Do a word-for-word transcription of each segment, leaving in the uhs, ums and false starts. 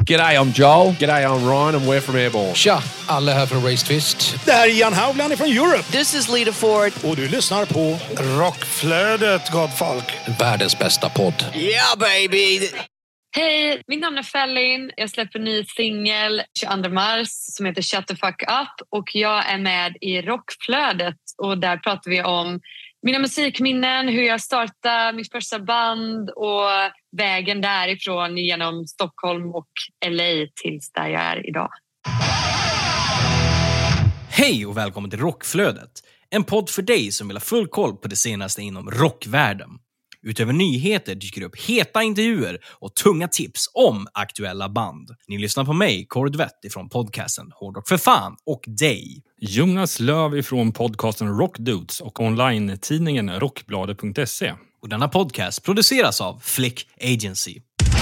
G'day, I'm Joel. G'day, I'm Ryan and we're from Airborne. Tja, alla här från Race Twist. Det här är Jan Haugland från Europe. This is Lita Ford. Och du lyssnar på Rockflödet, gott folk. Världens bästa podd. Yeah, baby! Hej, mitt namn är Fellin. Jag släpper en ny singel tjugoandra mars som heter Shut the fuck up. Och jag är med i Rockflödet. Och där pratar vi om mina musikminnen, hur jag startade mitt första band och vägen därifrån genom Stockholm och L A tills där jag är idag. Hej och välkommen till Rockflödet. En podd för dig som vill ha full koll på det senaste inom rockvärlden. Utöver nyheter dyker upp heta intervjuer och tunga tips om aktuella band. Ni lyssnar på mig, Kåre Dvett ifrån podcasten Hårdrock för fan och dig. Jonas Löv ifrån podcasten Rockdudes och online-tidningen rockbladet punkt se. Och denna podcast produceras av Flick Agency.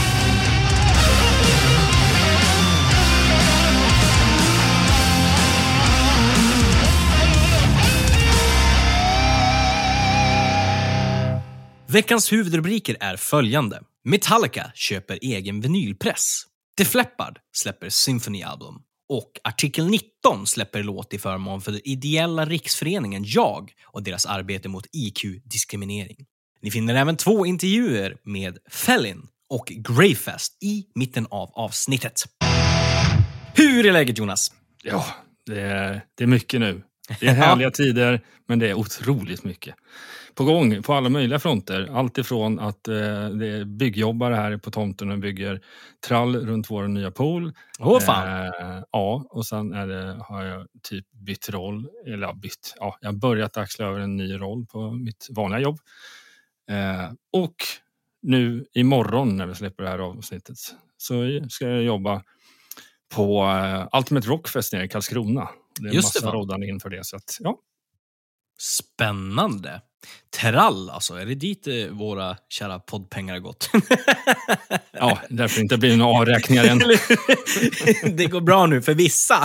Veckans huvudrubriker är följande. Metallica köper egen vinylpress. Def Leppard släpper Symphony-album. Och Artikel nitton släpper låt i förmån för den ideella riksföreningen Jag och deras arbete mot I Q-diskriminering. Ni finner även två intervjuer med Fellin och Greyfest i mitten av avsnittet. Hur är läget, Jonas? Ja, det är, det är mycket nu. Det är härliga tider, men det är otroligt mycket. På gång på alla möjliga fronter. Allt ifrån att eh, det är byggjobbare här på tomten och bygger trall runt vår nya pool. Åh oh, fan! Eh, ja, och sen är det, har jag typ bytt roll. Eller ja, bytt. Ja, jag har börjat axla över en ny roll på mitt vanliga jobb. Eh, och nu imorgon när vi släpper det här avsnittet så ska jag jobba på eh, Ultimate Rockfest nere i Karlskrona. Det är en Just massa det, roddande inför det. Så att, ja. Spännande. Trall, alltså. Är det dit eh, våra kära poddpengar har gått? Ja, därför inte blir några avräkningar än. Det går bra nu för vissa.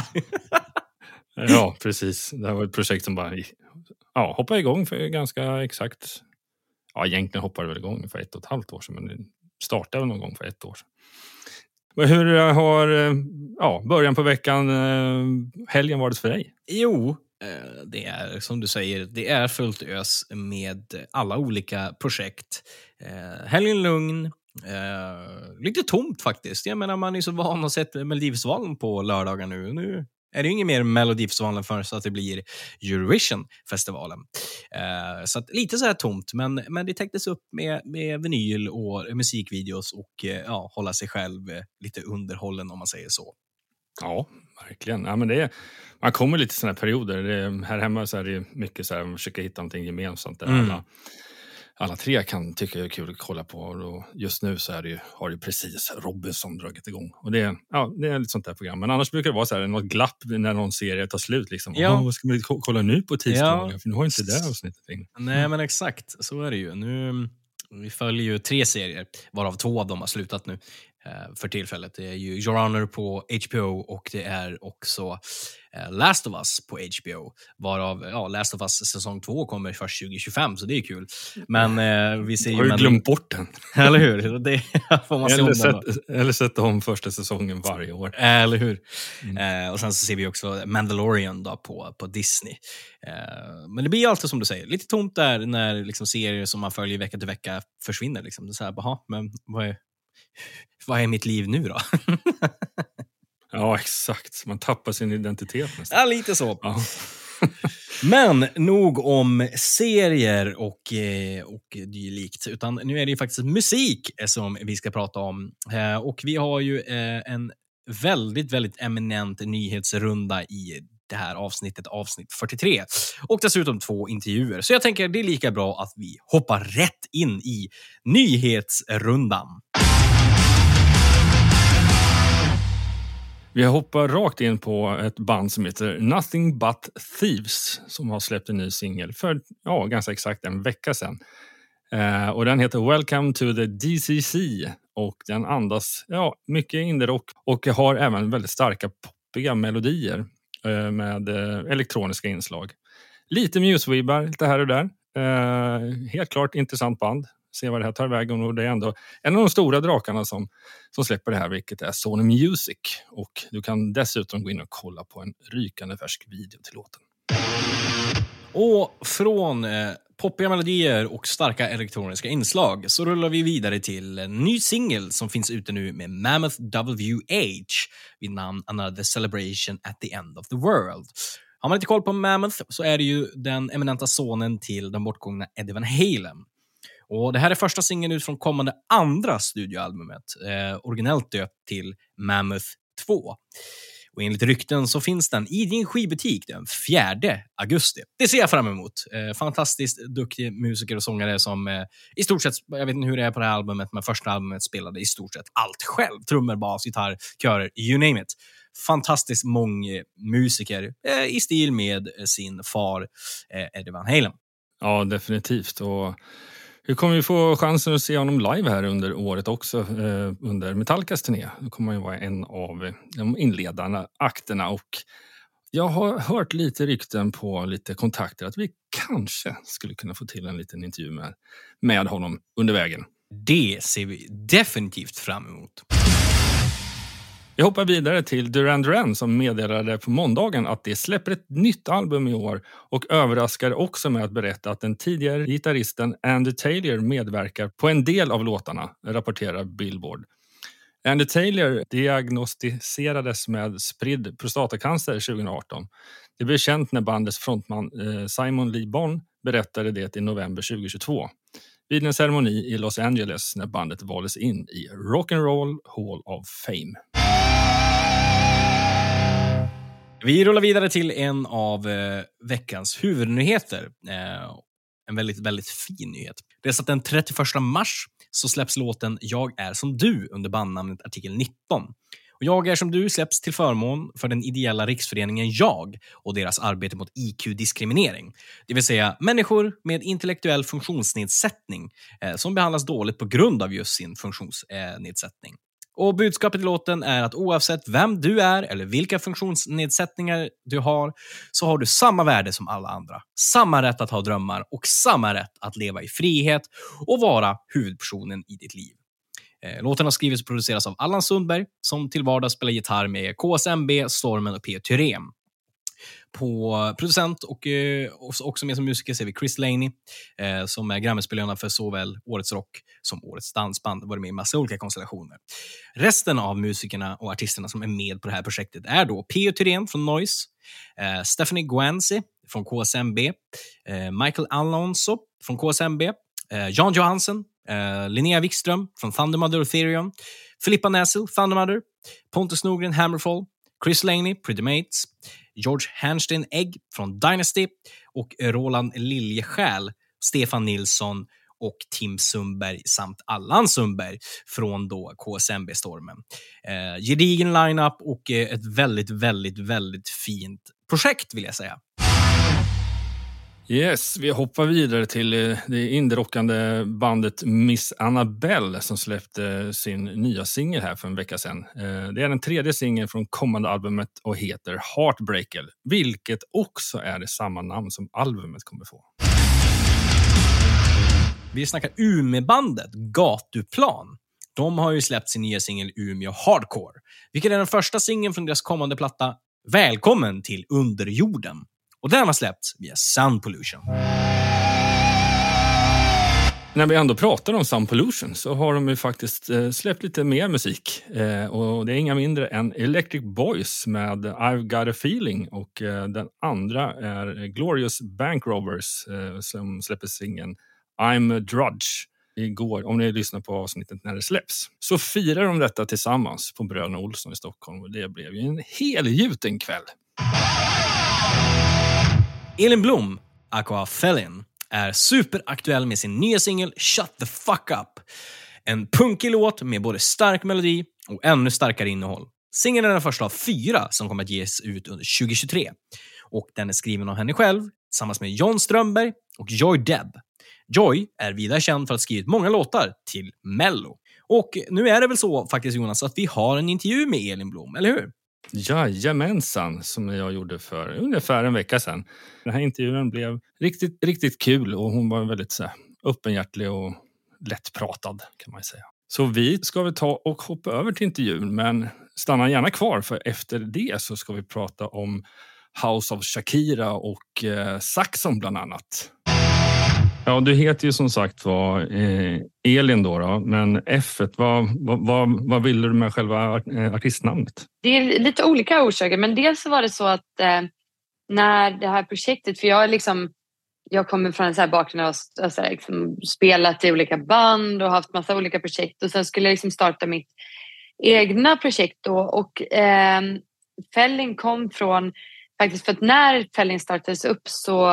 Ja, precis. Det här var ett projekt som bara ja, hoppade igång för ganska exakt. Ja, egentligen hoppade det väl igång för ett och ett halvt år sedan. Men det startade väl någon gång för ett år sedan. Men hur har ja, början på veckan, helgen varit för dig? Jo, det är som du säger, det är fullt ös med alla olika projekt. Eh, helgen lugn, eh, lite tomt faktiskt. Jag menar, man är så van att se Melodifestivalen på lördagar nu. Nu är det inget mer Melodifestivalen förrän så att det blir Eurovision-festivalen. Eh, så att lite så här tomt, men, men det täcktes upp med, med vinyl och musikvideos och eh, ja, hålla sig själv eh, lite underhållen om man säger så. Ja, verkligen. Ja, men det är, man kommer lite i såna här perioder. Det är, här hemma så är det mycket så här, man försöker hitta någonting gemensamt där mm. alla, alla tre kan tycka det är kul att kolla på. Och just nu så är det ju, har det precis Robinson dragit igång. Och det är, ja, det är lite sånt där program. Men annars brukar det vara så här, något glapp när någon serie tar slut. Liksom. Ja. Vad ska man kolla nu på tisdagar? Ja. För nu har inte det avsnittet. Nej, men exakt. Så är det ju. Nu, vi följer ju tre serier, varav två av dem har slutat nu. För tillfället. Det är ju Your Honor på H B O och det är också uh, Last of Us på H B O. Varav ja, Last of Us säsong två kommer först tjugo tjugofem, så det är kul. Men uh, vi ser ju... Har du glömt bort den? Eller hur? Det får man se eller, om sett, eller sett om första säsongen varje år. Eller hur? Mm. Uh, och sen så ser vi också Mandalorian då på, på Disney. Uh, men det blir ju alltid som du säger. Lite tomt där när liksom, serier som man följer vecka till vecka försvinner. Liksom. Det är så här, baha, men vad är... Vad är mitt liv nu då? Ja, exakt. Man tappar sin identitet nästan. Ja, lite så. Ja. Men nog om serier och, och dylikt. Utan nu är det ju faktiskt musik som vi ska prata om. Och vi har ju en väldigt, väldigt eminent nyhetsrunda i det här avsnittet, avsnitt fyrtiotre. Och dessutom två intervjuer. Så jag tänker det är lika bra att vi hoppar rätt in i nyhetsrundan. Vi hoppar rakt in på ett band som heter Nothing But Thieves som har släppt en ny singel för ja, ganska exakt en vecka sedan. Eh, och den heter Welcome to the D C C och den andas ja, mycket indie-rock och har även väldigt starka poppiga melodier eh, med eh, elektroniska inslag. Lite Muse-vibbar, lite här och där. Eh, helt klart intressant band. se vad det här tar vägen. Och det är ändå en av de stora drakarna som, som släpper det här, vilket är Sony Music. Och du kan dessutom gå in och kolla på en rykande färsk video till låten. Och från eh, poppiga melodier och starka elektroniska inslag så rullar vi vidare till en ny singel som finns ute nu med Mammoth W H vid namn Another Celebration at the End of the World. Har man inte koll på Mammoth så är det ju den eminenta sonen till den bortgångna Eddie Van Halen. Och det här är första singeln ut från kommande andra studioalbumet, eh, originellt döpt till Mammoth två. Och enligt rykten så finns den i din skivbutik den fjärde augusti. Det ser jag fram emot. Eh, fantastiskt duktig musiker och sångare som eh, i stort sett, jag vet inte hur det är på det här albumet, men första albumet spelade i stort sett allt själv. Trummor, bas, gitarr, körer, you name it. Fantastiskt många musiker eh, i stil med sin far eh, Eddie Van Halen. Ja, definitivt. Och vi kommer ju få chansen att se honom live här under året också, eh, under Metallicas turné. Det kommer ju vara en av de inledande akterna. Och jag har hört lite rykten på lite kontakter att vi kanske skulle kunna få till en liten intervju med, med honom under vägen. Det ser vi definitivt fram emot. Vi hoppar vidare till Duran Duran som meddelade på måndagen att det släpper ett nytt album i år och överraskar också med att berätta att den tidigare gitarristen Andy Taylor medverkar på en del av låtarna, rapporterar Billboard. Andy Taylor diagnostiserades med spridd prostatacancer tjugo arton. Det blev känt när bandets frontman Simon Lee Bon berättade det i november tjugohundratjugotvå. Vid en ceremoni i Los Angeles när bandet valdes in i Rock and Roll Hall of Fame. Vi rullar vidare till en av eh, veckans huvudnyheter. Eh, en väldigt, väldigt fin nyhet. Det är så att den trettioförsta mars så släpps låten Jag är som du under bandnamnet Artikel nitton. Och Jag är som du släpps till förmån för den ideella riksföreningen Jag och deras arbete mot I Q-diskriminering. Det vill säga människor med intellektuell funktionsnedsättning eh, som behandlas dåligt på grund av just sin funktionsnedsättning. Och budskapet i låten är att oavsett vem du är eller vilka funktionsnedsättningar du har så har du samma värde som alla andra. Samma rätt att ha drömmar och samma rätt att leva i frihet och vara huvudpersonen i ditt liv. Låten har skrivits och produceras av Allan Sundberg som till vardags spelar gitarr med K S M B, Stormen och P. Thyrén. På producent och eh, också med som musiker ser vi Chris Laney eh, som är Grammy-spelarna för såväl Årets Rock som Årets Dansband. Var med i massa olika konstellationer. Resten av musikerna och artisterna som är med på det här projektet är då P. Thyrén från Noise, eh, Stephanie Guanzi från K S M B, eh, Michael Alonso från K S M B, eh, Jan Johansen, eh, Linnea Wikström från Thundermother och Therion, Filippa Näsel, Thundermother, Pontus Norgren, Hammerfall, Chris Laney, Pretty Mates, George Hernstein Egg från Dynasty och Roland Liljeskäl, Stefan Nilsson och Tim Sundberg samt Allan Sundberg från då K S M B-stormen. Eh, gedigen line-up och eh, ett väldigt, väldigt, väldigt fint projekt vill jag säga. Yes, vi hoppar vidare till det indrockande bandet Miss Annabelle som släppte sin nya singel här för en vecka sedan. Det är den tredje singeln från kommande albumet och heter Heartbreaker, vilket också är det samma namn som albumet kommer få. Vi snackar Umeå-bandet Gatuplan. De har ju släppt sin nya singel Umeå Hardcore, vilket är den första singeln från deras kommande platta Välkommen till Underjorden. Och den har släppts via Sound Pollution. När vi ändå pratar om Sound Pollution så har de ju faktiskt eh, släppt lite mer musik. Eh, och det är inga mindre än Electric Boys med I've Got a Feeling. Och eh, den andra är Glorious Bank Robbers eh, som släpper singeln I'm a Drudge igår. Om ni lyssnar på avsnittet när det släpps. Så firar de detta tillsammans på Bröderna Olsson i Stockholm. Och det blev ju en helgjuten kväll. Elin Blom, aka Fellin, är superaktuell med sin nya singel Shut the Fuck Up. En punkig låt med både stark melodi och ännu starkare innehåll. Singeln är den första av fyra som kommer att ges ut under tjugohundratjugotre. Och den är skriven av henne själv tillsammans med John Strömberg och Joy Deb. Joy är vidare känd för att ha skrivit många låtar till Mello. Och nu är det väl så faktiskt Jonas att vi har en intervju med Elin Blom, eller hur? Jajamensan, som jag gjorde för ungefär en vecka sedan. Den här intervjun blev riktigt, riktigt kul och hon var väldigt så här, öppenhjärtig och lättpratad kan man säga. Så vi ska väl ta och hoppa över till intervjun, men stanna gärna kvar för efter det så ska vi prata om House of Shakira och eh, Saxon bland annat. Ja, du heter ju som sagt var eh, Elin då, då, men F, vad, vad, vad, vad ville du med själva artistnamnet? Det är lite olika orsaker, men dels så var det så att eh, när det här projektet, för jag liksom jag kommer från en så här bakgrund och alltså, liksom, spelat i olika band och haft massa olika projekt och sen skulle jag liksom starta mitt egna projekt då, och eh, Fälling kom från faktiskt för att när Fälling startades upp så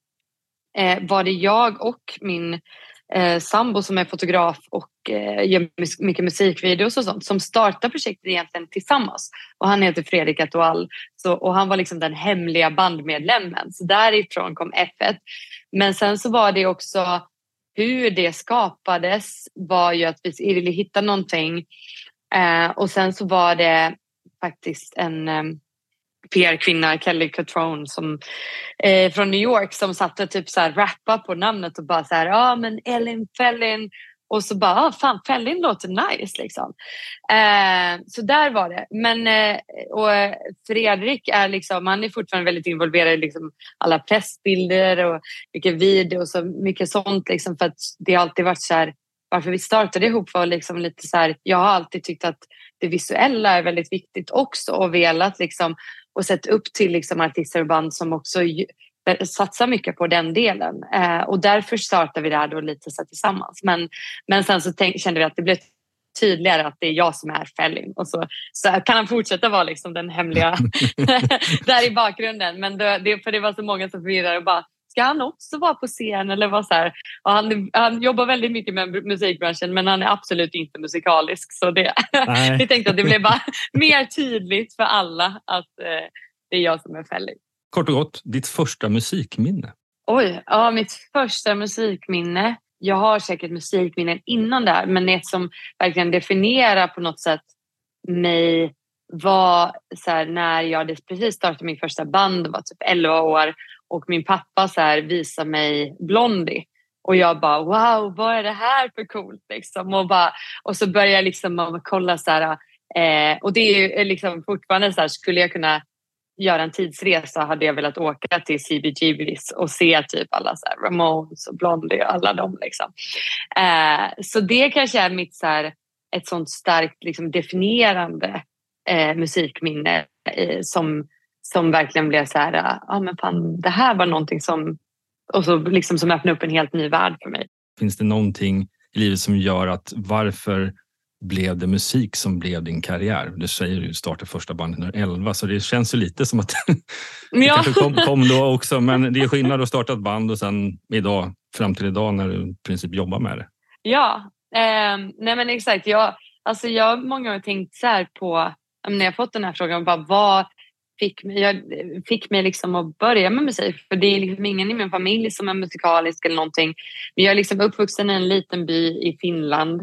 eh, var det jag och min eh, sambo som är fotograf och eh, gör mus- mycket musikvideos och sånt som startade projektet egentligen tillsammans, och han heter Fredrik Etoile, så, och han var liksom den hemliga bandmedlemmen, så därifrån kom F ett. Men sen så var det också hur det skapades var ju att vi ville hitta någonting eh, och sen så var det faktiskt en eh, P R-kvinna, Kelly Cutrone, som, eh, från New York, som satte typ så här rappa på namnet och bara så här, ja ah, men Elin Fälling, och så bara, ah, fan Fälling låter nice liksom. Eh, så där var det. Men eh, och Fredrik är liksom, han är fortfarande väldigt involverad i liksom alla pressbilder och mycket video och så mycket sånt liksom, för att det har alltid varit så här, varför vi startade ihop var liksom lite så här, jag har alltid tyckt att det visuella är väldigt viktigt också och velat liksom och sett upp till liksom artister och band som också satsar mycket på den delen. Eh, och därför startade vi det här då lite så tillsammans. Men, men sen så tänk, kände vi att det blev tydligare att det är jag som är Fälling. Och så, så kan han fortsätta vara liksom den hemliga där i bakgrunden. Men det, det, för det var så många som förvirrade och bara, ska han också vara på scen eller vad så här? Och han, han jobbar väldigt mycket med musikbranschen, men han är absolut inte musikalisk. Så det, vi tänkte att det blev bara mer tydligt för alla att eh, det är jag som är Fälling. Kort och gott, ditt första musikminne? Oj, ja, mitt första musikminne. Jag har säkert musikminnen innan det här, men ett som verkligen definierar på något sätt mig var så här, när jag hade precis startat min första band, var typ elva år, och min pappa så här visade mig Blondie. Och jag bara, wow, vad är det här för coolt liksom? Och, bara, och så började jag liksom kolla så här, eh, och det är ju liksom fortfarande så här, skulle jag kunna göra en tidsresa hade jag velat åka till C B G B's och se typ alla så här Ramones och Blondie och alla dem liksom. Eh, så det kanske är mitt så här, ett sånt starkt liksom definierande eh, musikminne eh, som, som verkligen blev så här, ja ah, men fan, det här var någonting som, och så liksom som öppnade upp en helt ny värld för mig. Finns det någonting i livet som gör att varför blev det musik som blev din karriär? Du säger ju startade första bandet när elva, så det känns ju lite som att det ja. kanske kom, kom då också, men det är skillnad att starta ett band och sen idag, fram till idag när du i princip jobbar med det. Ja, eh, nej men exakt. Jag, alltså jag har många gånger tänkt så här på, när jag fått den här frågan, bara vad fick mig, jag fick mig liksom att börja med musik, för det är liksom ingen i min familj som är musikalisk eller någonting. Men jag är liksom uppvuxen i en liten by i Finland.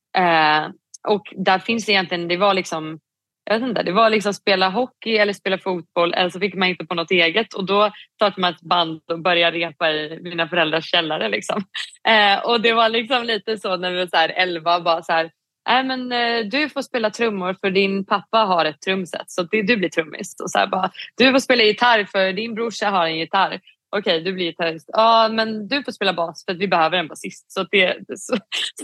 Eh, Och där finns det egentligen, det var liksom, jag vet inte, det var liksom spela hockey eller spela fotboll, eller så fick man inte på något eget. Och då startade man ett band och började repa i mina föräldrars källare liksom. Eh, och det var liksom lite så när vi var så här elva, bara så här, nej men eh, du får spela trummor för din pappa har ett trumset, så det, du blir trummis. Och så här bara, du får spela gitarr för din brorsa har en gitarr. Okej, du blir gitarrist. Ja, men du får spela bas för att vi behöver en basist. Så, det, så,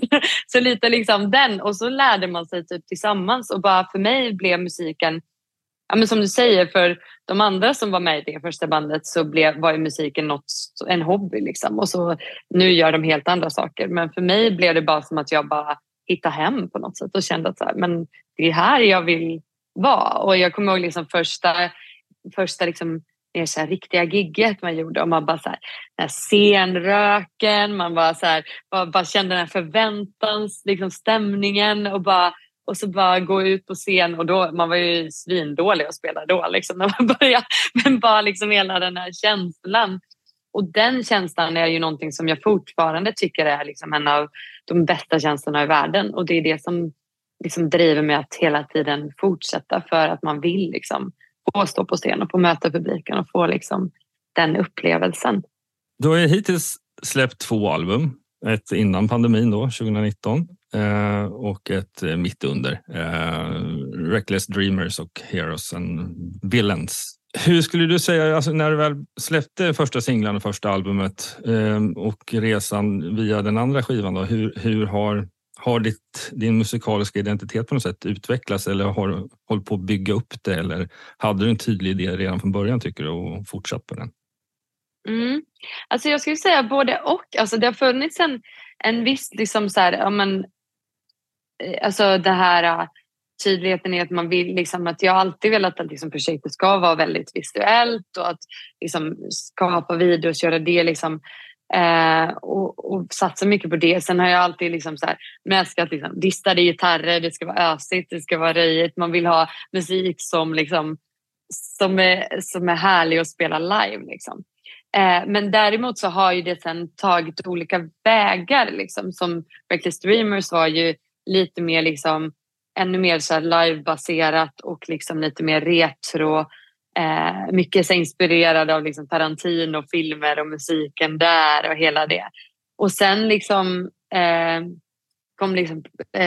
så lite liksom den. Och så lärde man sig typ tillsammans. Och bara för mig blev musiken, ja men som du säger, för de andra som var med i det första bandet så blev, var ju musiken något, en hobby liksom. Och så nu gör de helt andra saker. Men för mig blev det bara som att jag bara hittade hem på något sätt. Och kände att så här, men det är här jag vill vara. Och jag kommer ihåg liksom första, första liksom det så här riktiga gigget man gjorde, och man bara så här, den här scenröken, man bara så här, bara, bara kände den här förväntans liksom stämningen, och bara och så bara gå ut på scen, och då man var ju svindålig att spela då liksom när man började, men bara liksom hela den här känslan, och den känslan är ju någonting som jag fortfarande tycker är liksom en av de bästa känslorna i världen, och det är det som liksom driver mig att hela tiden fortsätta, för att man vill liksom få stå på scen och få möta publiken och få liksom den upplevelsen. Du har ju hittills släppt två album. Ett innan pandemin då, tjugonitton. Eh, och ett eh, mitt under. Eh, Reckless Dreamers och Heroes and Villains. Hur skulle du säga, alltså när du väl släppte första singlarna och första albumet eh, och resan via den andra skivan då, hur, hur har, har ditt, din musikaliska identitet på något sätt utvecklats eller har du hållit på att bygga upp det eller hade du en tydlig idé redan från början tycker du och fortsatt på den? Mm. Alltså jag skulle säga både och. Alltså det har funnits en, en viss liksom så här, ja men, alltså det här tydligheten är att man vill liksom, att jag alltid velat att liksom projektet ska vara väldigt visuellt och att liksom skapa videos, göra det liksom eh, och, och satsa mycket på det. Sen har jag alltid liksom så här mäskat liksom distade gitarrer, det ska vara ösigt, det ska vara röjigt, man vill ha musik som liksom som är, som är härlig att spela live liksom. Eh, men däremot så har ju det sen tagit olika vägar liksom, som Reckless Dreamers var ju lite mer liksom ännu mer så här livebaserat och liksom lite mer retro, eh, mycket så inspirerad av liksom Tarantino-filmer och musiken där och hela det. Och sen liksom eh, kom liksom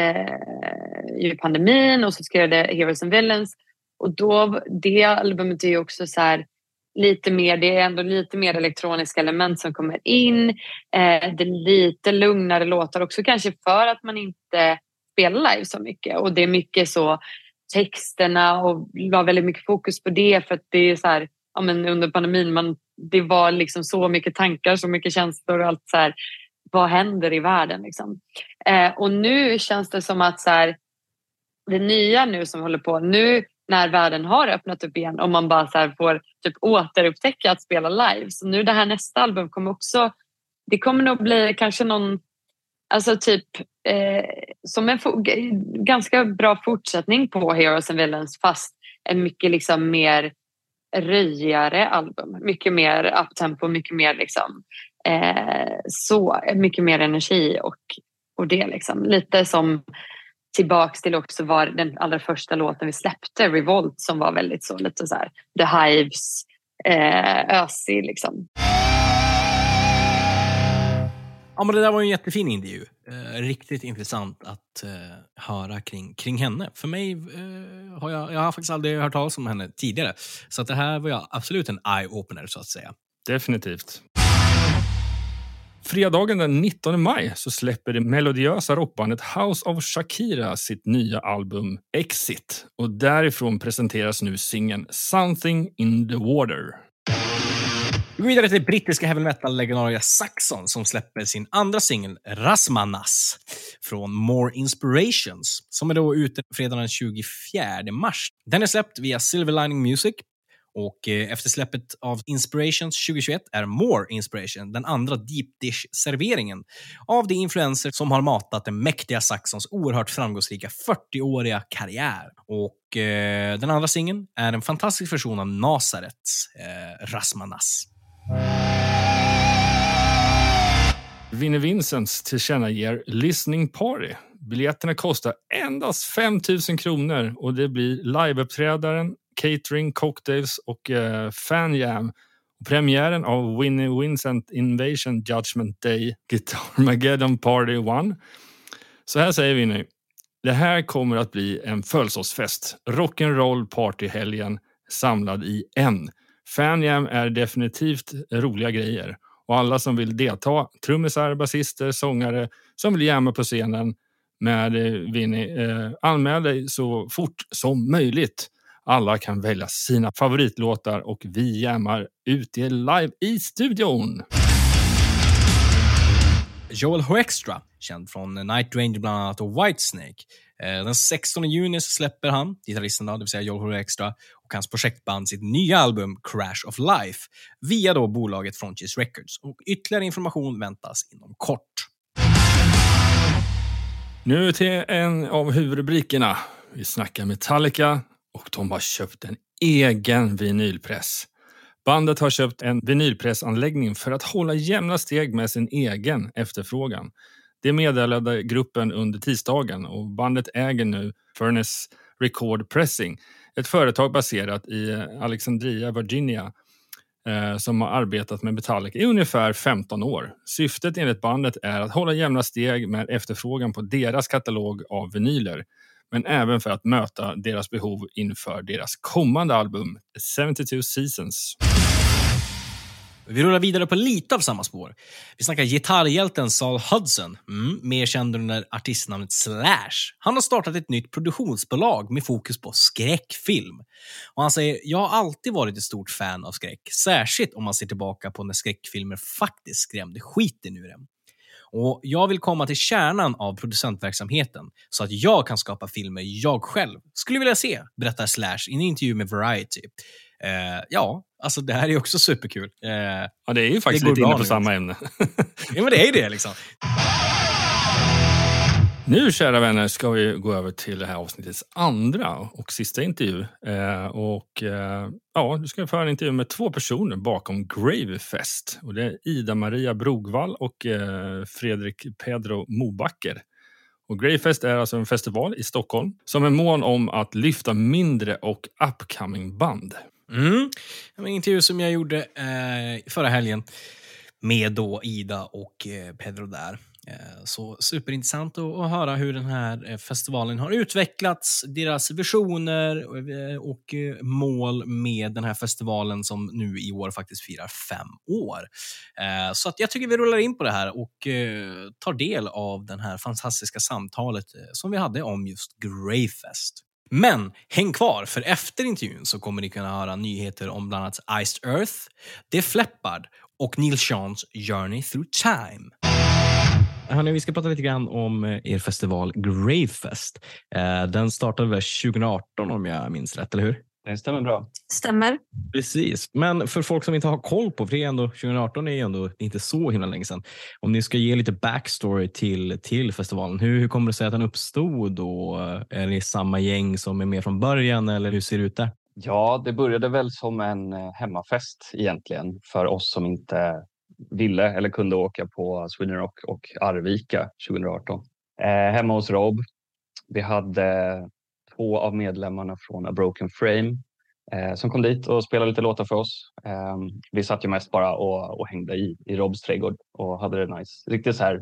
eh, pandemin och så skrev det Heroes and Villains och då det albumet är ju också så här lite mer, det är ändå lite mer elektroniska element som kommer in. Eh, det är lite lugnare låtar också kanske för att man inte spelar live så mycket. Och det är mycket så texterna och la väldigt mycket fokus på det för att det är så här, ja men under pandemin man, det var liksom så mycket tankar, så mycket känslor och allt så här, vad händer i världen liksom. Eh, och nu känns det som att så här, det nya nu som håller på, nu när världen har öppnat upp igen och man bara så här får typ återupptäcka att spela live. Så nu det här nästa album kommer också, det kommer nog bli kanske någon, alltså typ eh, som en fo- ganska bra fortsättning på Heroes and Villains fast en mycket liksom mer röjigare album. Mycket mer uptempo, mycket mer liksom eh, så, mycket mer energi och, och det liksom. Lite som tillbaks till också var den allra första låten vi släppte, Revolt, som var väldigt så lite så här The Hives eh, ösig liksom. Ja, men det där var en jättefin intervju. Eh, riktigt intressant att eh, höra kring, kring henne. För mig eh, har jag, jag har faktiskt aldrig hört talas om henne tidigare. Så att det här var jag absolut en eye-opener så att säga. Definitivt. Fredagen den nittonde maj så släpper det melodiösa rockbandet House of Shakira sitt nya album Exit. Och därifrån presenteras nu singeln Something in the Water. Vi går vidare till brittiska heavy metal-legendaria Saxon som släpper sin andra singel Rasmanas från More Inspirations som är då ute fredagen den tjugofjärde mars. Den är släppt via Silver Lining Music och efter släppet av Inspirations tjugohundratjugoett är More Inspiration den andra deep dish-serveringen av de influenser som har matat den mäktiga Saxons oerhört framgångsrika fyrtioåriga karriär. Och eh, den andra singeln är en fantastisk version av Nazarets eh, Rasmanas. Vinnie Vincents tillkännager Listening Party. Biljetterna kostar endast fem tusen kronor och det blir liveuppträdaren, catering, cocktails och eh, fanjam. Och premiären av Vinnie Vincent Invasion Judgment Day Guitarmageddon Party ett. Så här säger Vinnie. Det här kommer att bli en födelsedagsfest. Rock'n'roll partyhelgen samlad i en. Fanjam är definitivt roliga grejer. Och alla som vill delta, trummisar, basister, sångare som vill jamma på scenen med eh, Vinnie, eh, anmäl dig så fort som möjligt. Alla kan välja sina favoritlåtar och vi jammar ut det live i studion. Joel Hoextra, känd från Night Ranger bland annat och Whitesnake. Den sextonde juni släpper han, gitarristen då, det vill säga Joel Hoextra, och hans projektband sitt nya album Crash of Life via då bolaget Frontiers Records. Och ytterligare information väntas inom kort. Nu till en av huvudrubrikerna. Vi snackar Metallica och de har köpt en egen vinylpress. Bandet har köpt en vinylpressanläggning för att hålla jämna steg med sin egen efterfrågan. Det meddelade gruppen under tisdagen och bandet äger nu Furnace Record Pressing, ett företag baserat i Alexandria, Virginia. eh, som har arbetat med Metallica i ungefär femton år. Syftet enligt bandet är att hålla jämna steg med efterfrågan på deras katalog av vinyler, men även för att möta deras behov inför deras kommande album sjuttiotvå Seasons. Vi rullar vidare på lite av samma spår. Vi snackar gitarrhjälten Saul Hudson, mm, mer känd under artistnamnet Slash. Han har startat ett nytt produktionsbolag med fokus på skräckfilm. Och han säger, jag har alltid varit ett stort fan av skräck, särskilt om man ser tillbaka på när skräckfilmer faktiskt skrämde skiten ur dem. Och jag vill komma till kärnan av producentverksamheten så att jag kan skapa filmer jag själv skulle vilja se, berättar Slash i en intervju med Variety. Uh, ja, alltså det här är också superkul. Uh, ja, det är ju faktiskt lite inne på samma ämne. Ja, men det är ju det liksom. Nu, kära vänner, ska vi gå över till det här avsnittets andra och sista intervju. Eh, och eh, ja, du ska få en intervju med två personer bakom Gravefest. Och det är Ida-Maria Brogvall och eh, Fredrik Pedro Mobacker. Och Gravefest är alltså en festival i Stockholm som är mån om att lyfta mindre och upcoming band. Mm. Det var en intervju som jag gjorde eh, förra helgen med då Ida och eh, Pedro där. Så superintressant att höra hur den här festivalen har utvecklats, deras visioner och mål med den här festivalen som nu i år faktiskt firar fem år. Så att jag tycker vi rullar in på det här och tar del av den här fantastiska samtalet som vi hade om just Gravefest. Men häng kvar, för efter intervjun så kommer ni kunna höra nyheter om bland annat Iced Earth, Def Leppard och Neil Sean's Journey Through Time. Hörrni, vi ska prata lite grann om er festival Gravefest. Den startade väl tjugo arton om jag minns rätt, eller hur? Det stämmer bra. Stämmer. Precis, men för folk som inte har koll på, för det är ändå, tjugo arton är ju ändå inte så himla länge sedan. Om ni ska ge lite backstory till, till festivalen, hur, hur kommer det sig att den uppstod? Och är det samma gäng som är med från början, eller hur ser det ut där? Ja, det började väl som en hemmafest egentligen för oss som inte ville eller kunde åka på Sweden Rock och Arvika tjugo arton. Eh, hemma hos Rob. Vi hade två av medlemmarna från A Broken Frame eh, som kom dit och spelade lite låtar för oss. Eh, vi satt ju mest bara och, och hängde i, i Robs trädgård och hade det nice. Riktigt så här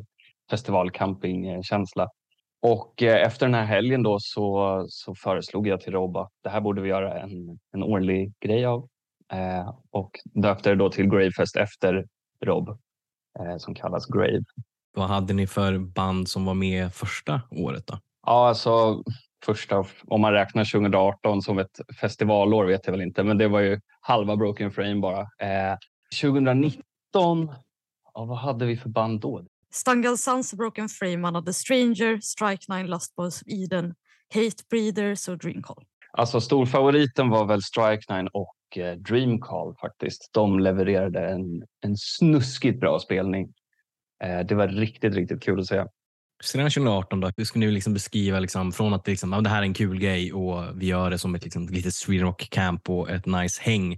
festivalcamping-känsla. Och eh, efter den här helgen då så, så föreslog jag till Rob att det här borde vi göra en, en årlig grej av. Eh, och döpte det då till Gravefest efter Rob, eh, som kallas Grave. Vad hade ni för band som var med första året då? Ja, alltså första, om man räknar tjugo arton som ett festivalår vet jag väl inte, men det var ju halva Broken Frame bara. Eh, tjugo nitton, ja, vad hade vi för band då? Stungal Sons, Broken Frame, man hade Stranger, Strike Nine, Last Boys of Eden, Hate Breeders och Dream Call. Alltså storfavoriten var väl Strike Nine och Dream Call faktiskt. De levererade en, en snuskigt bra spelning. Eh, det var riktigt, riktigt kul att se. Sedan tjugo arton då, hur skulle ni liksom beskriva liksom, från att liksom, ja, det här är en kul grej och vi gör det som ett liksom, litet Sweden Rock camp och ett nice häng.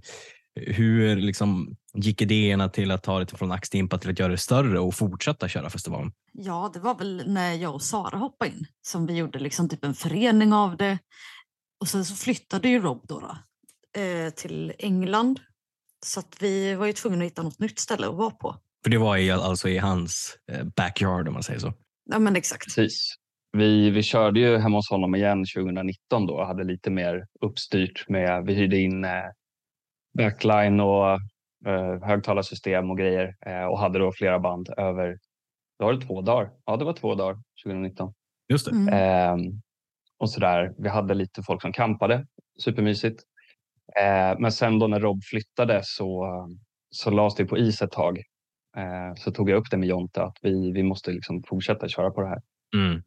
Hur liksom, gick idéerna till att ta det från Axtimpa till att göra det större och fortsätta köra festivalen? Ja, det var väl när jag och Sara hoppade in som vi gjorde liksom typ en förening av det. Och sen så flyttade ju Rob då, då till England. Så att vi var ju tvungna att hitta något nytt ställe att vara på. För det var ju alltså i hans backyard om man säger så. Ja, men exakt. Precis. Vi, vi körde ju hemma hos honom igen tjugo nitton då och hade lite mer uppstyrt med, vi hyrde in eh, backline och eh, högtalarsystem och grejer eh, och hade då flera band över, då var det två dagar. Ja, det var två dagar tjugo nitton. Just det. Mm. Eh, och sådär, vi hade lite folk som campade, supermysigt. Eh, men sen då när Rob flyttade så, så lades det på is ett tag. Eh, så tog jag upp det med Jonte att vi, vi måste liksom fortsätta köra på det här. Mm.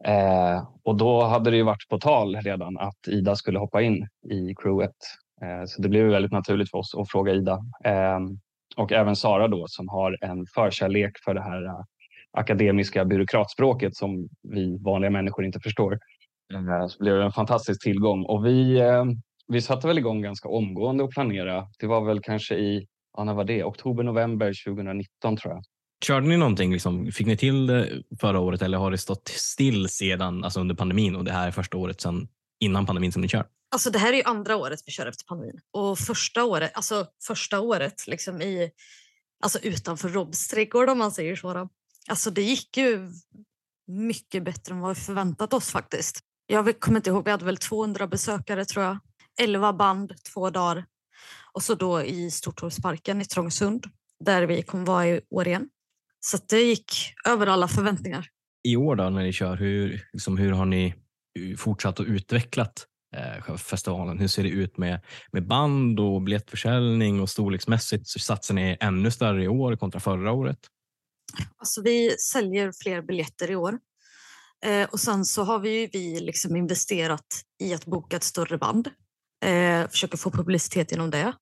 Eh, och då hade det ju varit på tal redan att Ida skulle hoppa in i crewet. Eh, så det blev väldigt naturligt för oss att fråga Ida. Eh, och även Sara då som har en förkärlek för det här uh, akademiska byråkratspråket som vi vanliga människor inte förstår. Eh, så blev det en fantastisk tillgång. Och vi... Eh, Vi satte väl igång ganska omgående och planera. Det var väl kanske i, ja, när var det? Oktober, november tjugo nitton tror jag. Körde ni någonting? Liksom, fick ni till det förra året eller har det stått still sedan, alltså under pandemin och det här är första året sedan innan pandemin som ni kör? Alltså det här är ju andra året vi kör efter pandemin. Och första året, alltså första året liksom i, alltså utanför Robs trädgård om man säger så. Då. Alltså det gick ju mycket bättre än vad vi förväntat oss faktiskt. Jag kommer inte ihåg, vi hade väl tvåhundra besökare tror jag. elva band, två dagar. Och så då i Stortorgsparken i Trångsund, där vi kommer vara i år igen. Så det gick över alla förväntningar. I år då när ni kör, hur, liksom, hur har ni fortsatt och utvecklat eh, festivalen? Hur ser det ut med, med band och biljettförsäljning och storleksmässigt? Så satsar ni ännu större i år kontra förra året? Alltså vi säljer fler biljetter i år. Eh, och sen så har vi ju vi liksom investerat i att boka ett större band. Eh, försöker få publicitet genom det.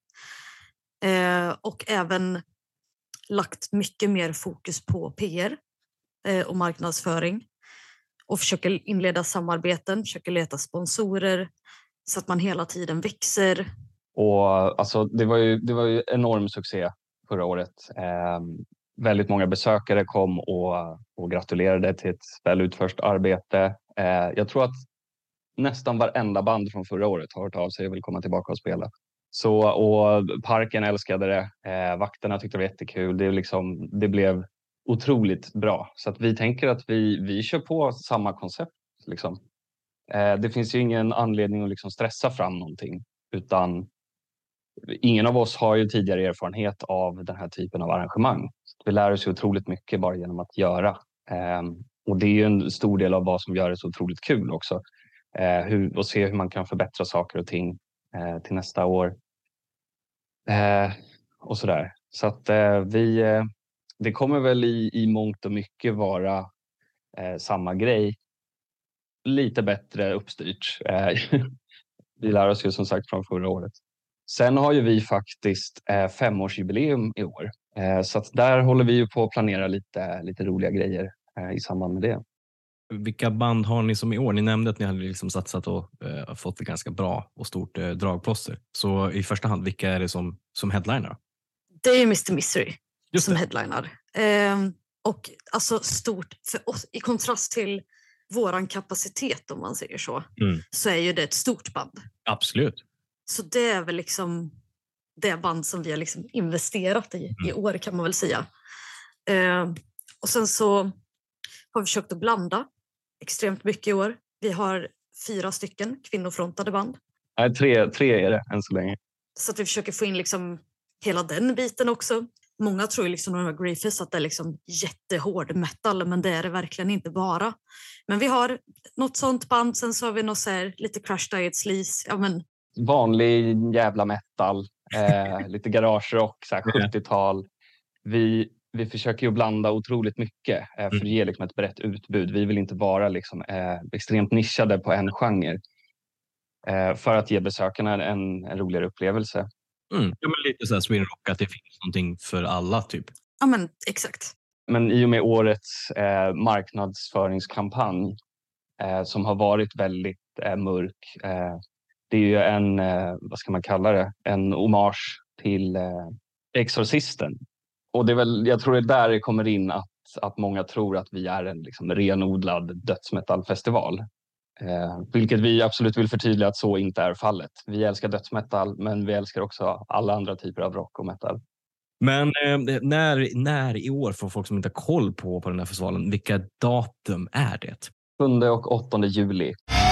Eh, och även lagt mycket mer fokus på P R eh, och marknadsföring. Och försöker inleda samarbeten, försöker leta sponsorer så att man hela tiden växer. Och alltså, det var ju, det var ju enorm succé förra året. Eh, väldigt många besökare kom och, och gratulerade till ett väl utfört arbete. Eh, jag tror att nästan varenda band från förra året har hört av sig och vill komma tillbaka och spela. Så, och parken älskade det. Eh, vakterna tyckte det var jättekul. Det, liksom, det blev otroligt bra. Så att vi tänker att vi, vi kör på samma koncept. Liksom. Eh, det finns ju ingen anledning att liksom stressa fram någonting. Utan ingen av oss har ju tidigare erfarenhet av den här typen av arrangemang. Vi lär oss ju otroligt mycket bara genom att göra. Eh, och det är ju en stor del av vad som gör det så otroligt kul också. Eh, hur, och se hur man kan förbättra saker och ting eh, till nästa år. Eh, och sådär. Så att eh, vi... Eh, det kommer väl i, i mångt och mycket vara eh, samma grej. Lite bättre uppstyrt. Eh, vi lär oss ju som sagt från förra året. Sen har ju vi faktiskt eh, femårsjubileum i år. Eh, så att där håller vi ju på att planera lite, lite roliga grejer eh, i samband med det. Vilka band har ni som i år? Ni nämnde att ni hade liksom satsat och eh, fått ett ganska bra och stort eh, dragplåster. Så i första hand, vilka är det som, som headliner? Det är ju mister Misery Just som det. headliner. Eh, och alltså stort, för oss, i kontrast till våran kapacitet om man säger så, Mm. så är ju det ett stort band. Absolut. Så det är väl liksom det band som vi har liksom investerat i i år kan man väl säga. Eh, och sen så har vi försökt att blanda extremt mycket i år. Vi har fyra stycken kvinnofrontade band. Nej, tre, tre är det än så länge. Så att vi försöker få in liksom hela den biten också. Många tror ju liksom när de har Griefers att det är liksom jättehård metal, men det är det verkligen inte bara. Men vi har något sånt band, sen så har vi något så här, lite Crash Diet Sleaze. Ja, men... Vanlig jävla metal, eh, lite garagerock, så här sjuttiotal. Vi, vi försöker ju blanda otroligt mycket eh, för att ge liksom ett brett utbud. Vi vill inte vara liksom, eh, extremt nischade på en genre eh, för att ge besökarna en, en roligare upplevelse. Mm. Ja, men lite så här Sweden Rock, att det finns någonting för alla typ. Ja, men exakt. Men i och med årets eh, marknadsföringskampanj eh, som har varit väldigt eh, mörk. Eh, det är ju en, eh, vad ska man kalla det, en hommage till eh, Exorcisten. Och det är väl, jag tror det är där det kommer in att, att många tror att vi är en liksom, renodlad dödsmetallfestival. Eh, vilket vi absolut vill förtydliga att så inte är fallet. Vi älskar dödsmetall, men vi älskar också alla andra typer av rock och metal. Men eh, när, när i år, för folk som inte har koll på, på den här festivalen, vilka datum är det? sjunde och åttonde juli.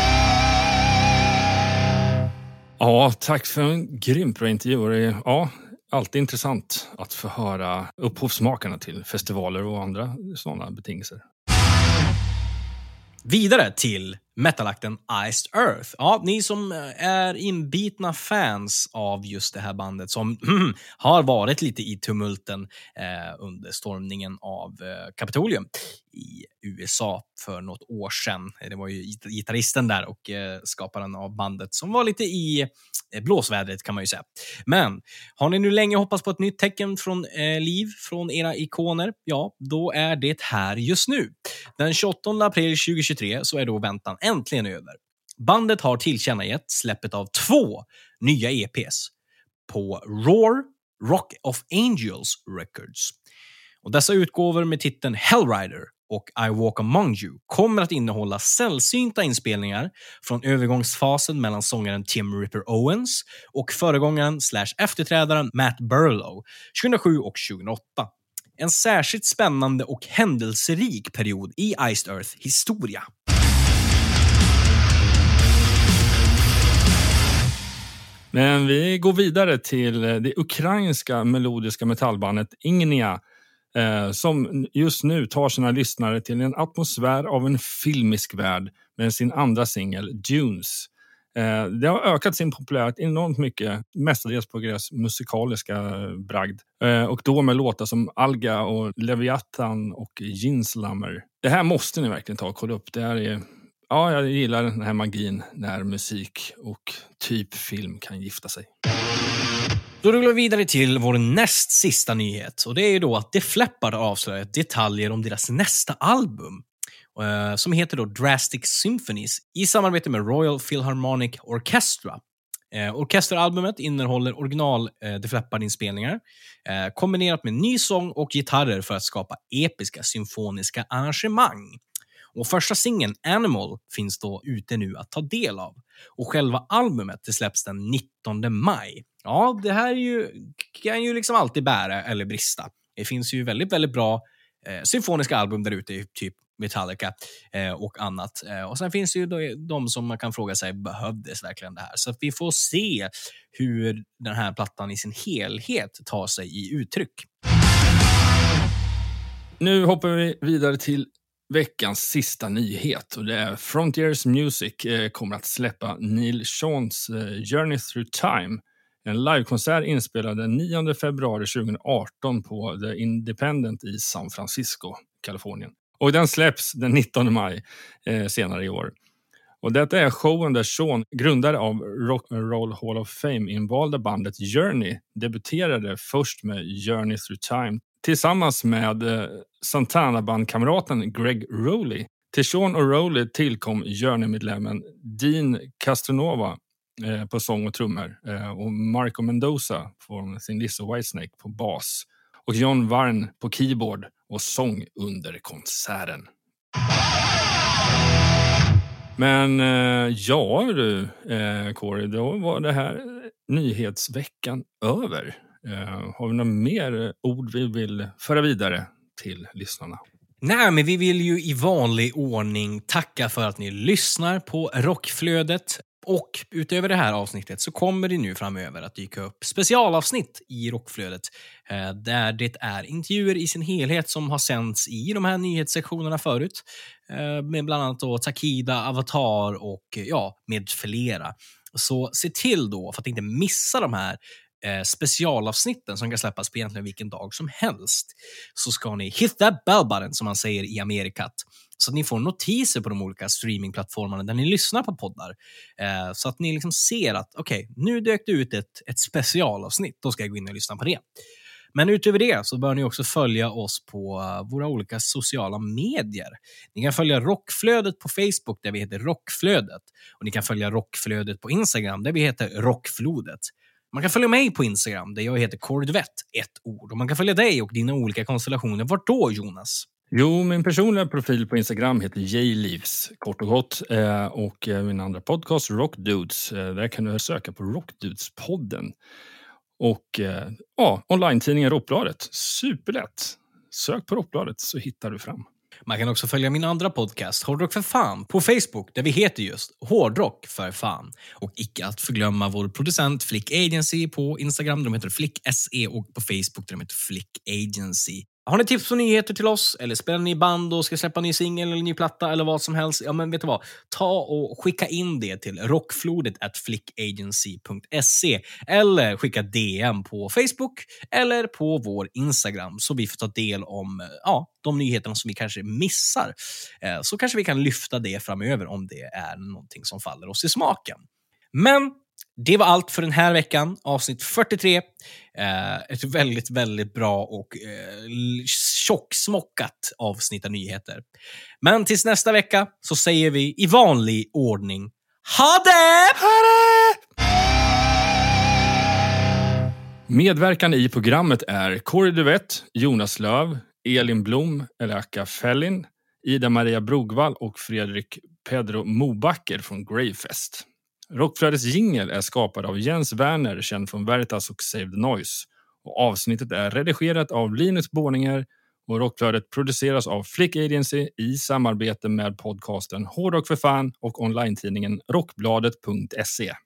Ja, tack för en grymt bra intervju. Ja, alltid intressant att få höra upphovsmakarna till festivaler och andra sådana betingelser. Vidare till metalakten Iced Earth. Ja, ni som är inbitna fans av just det här bandet som har varit lite i tumulten eh, under stormningen av eh, Kapitolium i U S A för något år sedan. Det var ju gitarristen där och eh, skaparen av bandet som var lite i eh, blåsvädret kan man ju säga. Men har ni nu länge hoppats på ett nytt tecken från eh, liv från era ikoner? Ja, då är det här just nu. Den tjugoåttonde april tjugohundratjugotre så är då väntan äntligen över. Bandet har tillkännagett släppet av två nya E P:s på Roar, Rock of Angels Records. Och dessa utgåvor med titeln Hellrider och I Walk Among You kommer att innehålla sällsynta inspelningar från övergångsfasen mellan sångaren Tim Ripper Owens och föregångaren slash efterträdaren Matt Burlow tjugohundrasju och tjugohundraåtta. En särskilt spännande och händelserik period i Iced Earth historia. Men vi går vidare till det ukrainska melodiska metallbandet Ignia eh, som just nu tar sina lyssnare till en atmosfär av en filmisk värld med sin andra singel Dunes. Eh, det har ökat sin popularitet enormt mycket, mestadels på deras musikaliska bragd. Eh, och då med låtar som Alga och Leviathan och Ginslammer. Det här måste ni verkligen ta och kolla upp. Det här är... Ja, jag gillar den här magin när musik och typ film kan gifta sig. Då rullar vi vidare till vår näst sista nyhet. Och det är ju då att Def Leppard har avslöjat detaljer om deras nästa album. Eh, som heter då Drastic Symphonies i samarbete med Royal Philharmonic Orchestra. Eh, orkesteralbumet innehåller original eh, Def Leppard-inspelningar eh, kombinerat med ny sång och gitarrer för att skapa episka symfoniska arrangemang. Och första singeln Animal finns då ute nu att ta del av. Och själva albumet det släpps den nittonde maj. Ja, det här är ju, kan ju liksom alltid bära eller brista. Det finns ju väldigt, väldigt bra eh, symfoniska album där ute, typ Metallica eh, och annat. Eh, och sen finns det ju då, de som man kan fråga sig, behövdes verkligen det här? Så att vi får se hur den här plattan i sin helhet tar sig i uttryck. Nu hoppar vi vidare till veckans sista nyhet och det är Frontiers Music eh, kommer att släppa Neil Seans eh, Journey Through Time, en livekonsert inspelad den nionde februari tjugoarton på The Independent i San Francisco, Kalifornien. Och den släpps den nittonde maj eh, senare i år. Och detta är showen där Sean, grundare av Rock and Roll Hall of Fame, invalda bandet Journey, debuterade först med Journey Through Time tillsammans med eh, Santana-bandkamraten Greg Rowley. Till Sean och Rowley tillkom Journey-medlemmen Dean Castronova eh, på sång och trummor eh, och Marco Mendoza från sin Lizzo Whitesnake på bas och John Varn på keyboard och sång under konserten. Men eh, ja du, eh, Corey, då var det här nyhetsveckan över. Uh, har vi några mer ord vi vill föra vidare till lyssnarna? Nej, men vi vill ju i vanlig ordning tacka för att ni lyssnar på Rockflödet. Och utöver det här avsnittet så kommer det nu framöver att dyka upp specialavsnitt i Rockflödet. Eh, där det är intervjuer i sin helhet som har sänds i de här nyhetssektionerna förut. Eh, med bland annat då Takida, Avatar och ja, med flera. Så se till då för att inte missa de här Eh, specialavsnitten som kan släppas på egentligen vilken dag som helst, så ska ni hit that bell button som man säger i Amerikat, så att ni får notiser på de olika streamingplattformarna där ni lyssnar på poddar, eh, så att ni liksom ser att okej, okay, nu dök det ut ett, ett specialavsnitt, då ska jag gå in och lyssna på det. Men utöver det så bör ni också följa oss på våra olika sociala medier. Ni kan följa Rockflödet på Facebook där vi heter Rockflödet, och ni kan följa Rockflödet på Instagram där vi heter Rockflodet. Man kan följa mig på Instagram där jag heter Kordvett, ett ord. Och man kan följa dig och dina olika konstellationer. Vart då, Jonas? Jo, min personliga profil på Instagram heter J-Livs, kort och gott. Och min andra podcast, Rockdudes, där kan du söka på Rockdudes-podden. Och ja, online-tidningen Rockbladet. Superlätt. Sök på Rockbladet så hittar du fram. Man kan också följa min andra podcast, Hårdrock för fan, på Facebook där vi heter just Hårdrock för fan. Och icke att förglömma vår producent Flick Agency på Instagram, de heter Flick S E, och på Facebook där de heter Flick Agency. Har ni tips på nyheter till oss? Eller spelar ni i band och ska släppa en ny singel eller en ny platta eller vad som helst? Ja, men vet du vad? Ta och skicka in det till rockflodet at flickagency punkt se eller skicka D M på Facebook eller på vår Instagram så vi får ta del om ja, de nyheterna som vi kanske missar. Så kanske vi kan lyfta det framöver om det är någonting som faller oss i smaken. Men det var allt för den här veckan, avsnitt fyrtiotre. Eh, ett väldigt, väldigt bra och eh, tjocksmockat avsnitt av nyheter. Men tills nästa vecka så säger vi i vanlig ordning ha det! Ha det! Medverkande i programmet är Corey Duvett, Jonas Löv, Elin Blom, eller Akka Fellin, Ida Maria Brogvall och Fredrik Pedro Mobacker från Greyfest. Rockflödets jingle är skapad av Jens Werner, känd från Veritas och Save the Noise. Och avsnittet är redigerat av Linus Borninger och Rockflödet produceras av Flick Agency i samarbete med podcasten Hårdrock för fan och online-tidningen rockbladet punkt se.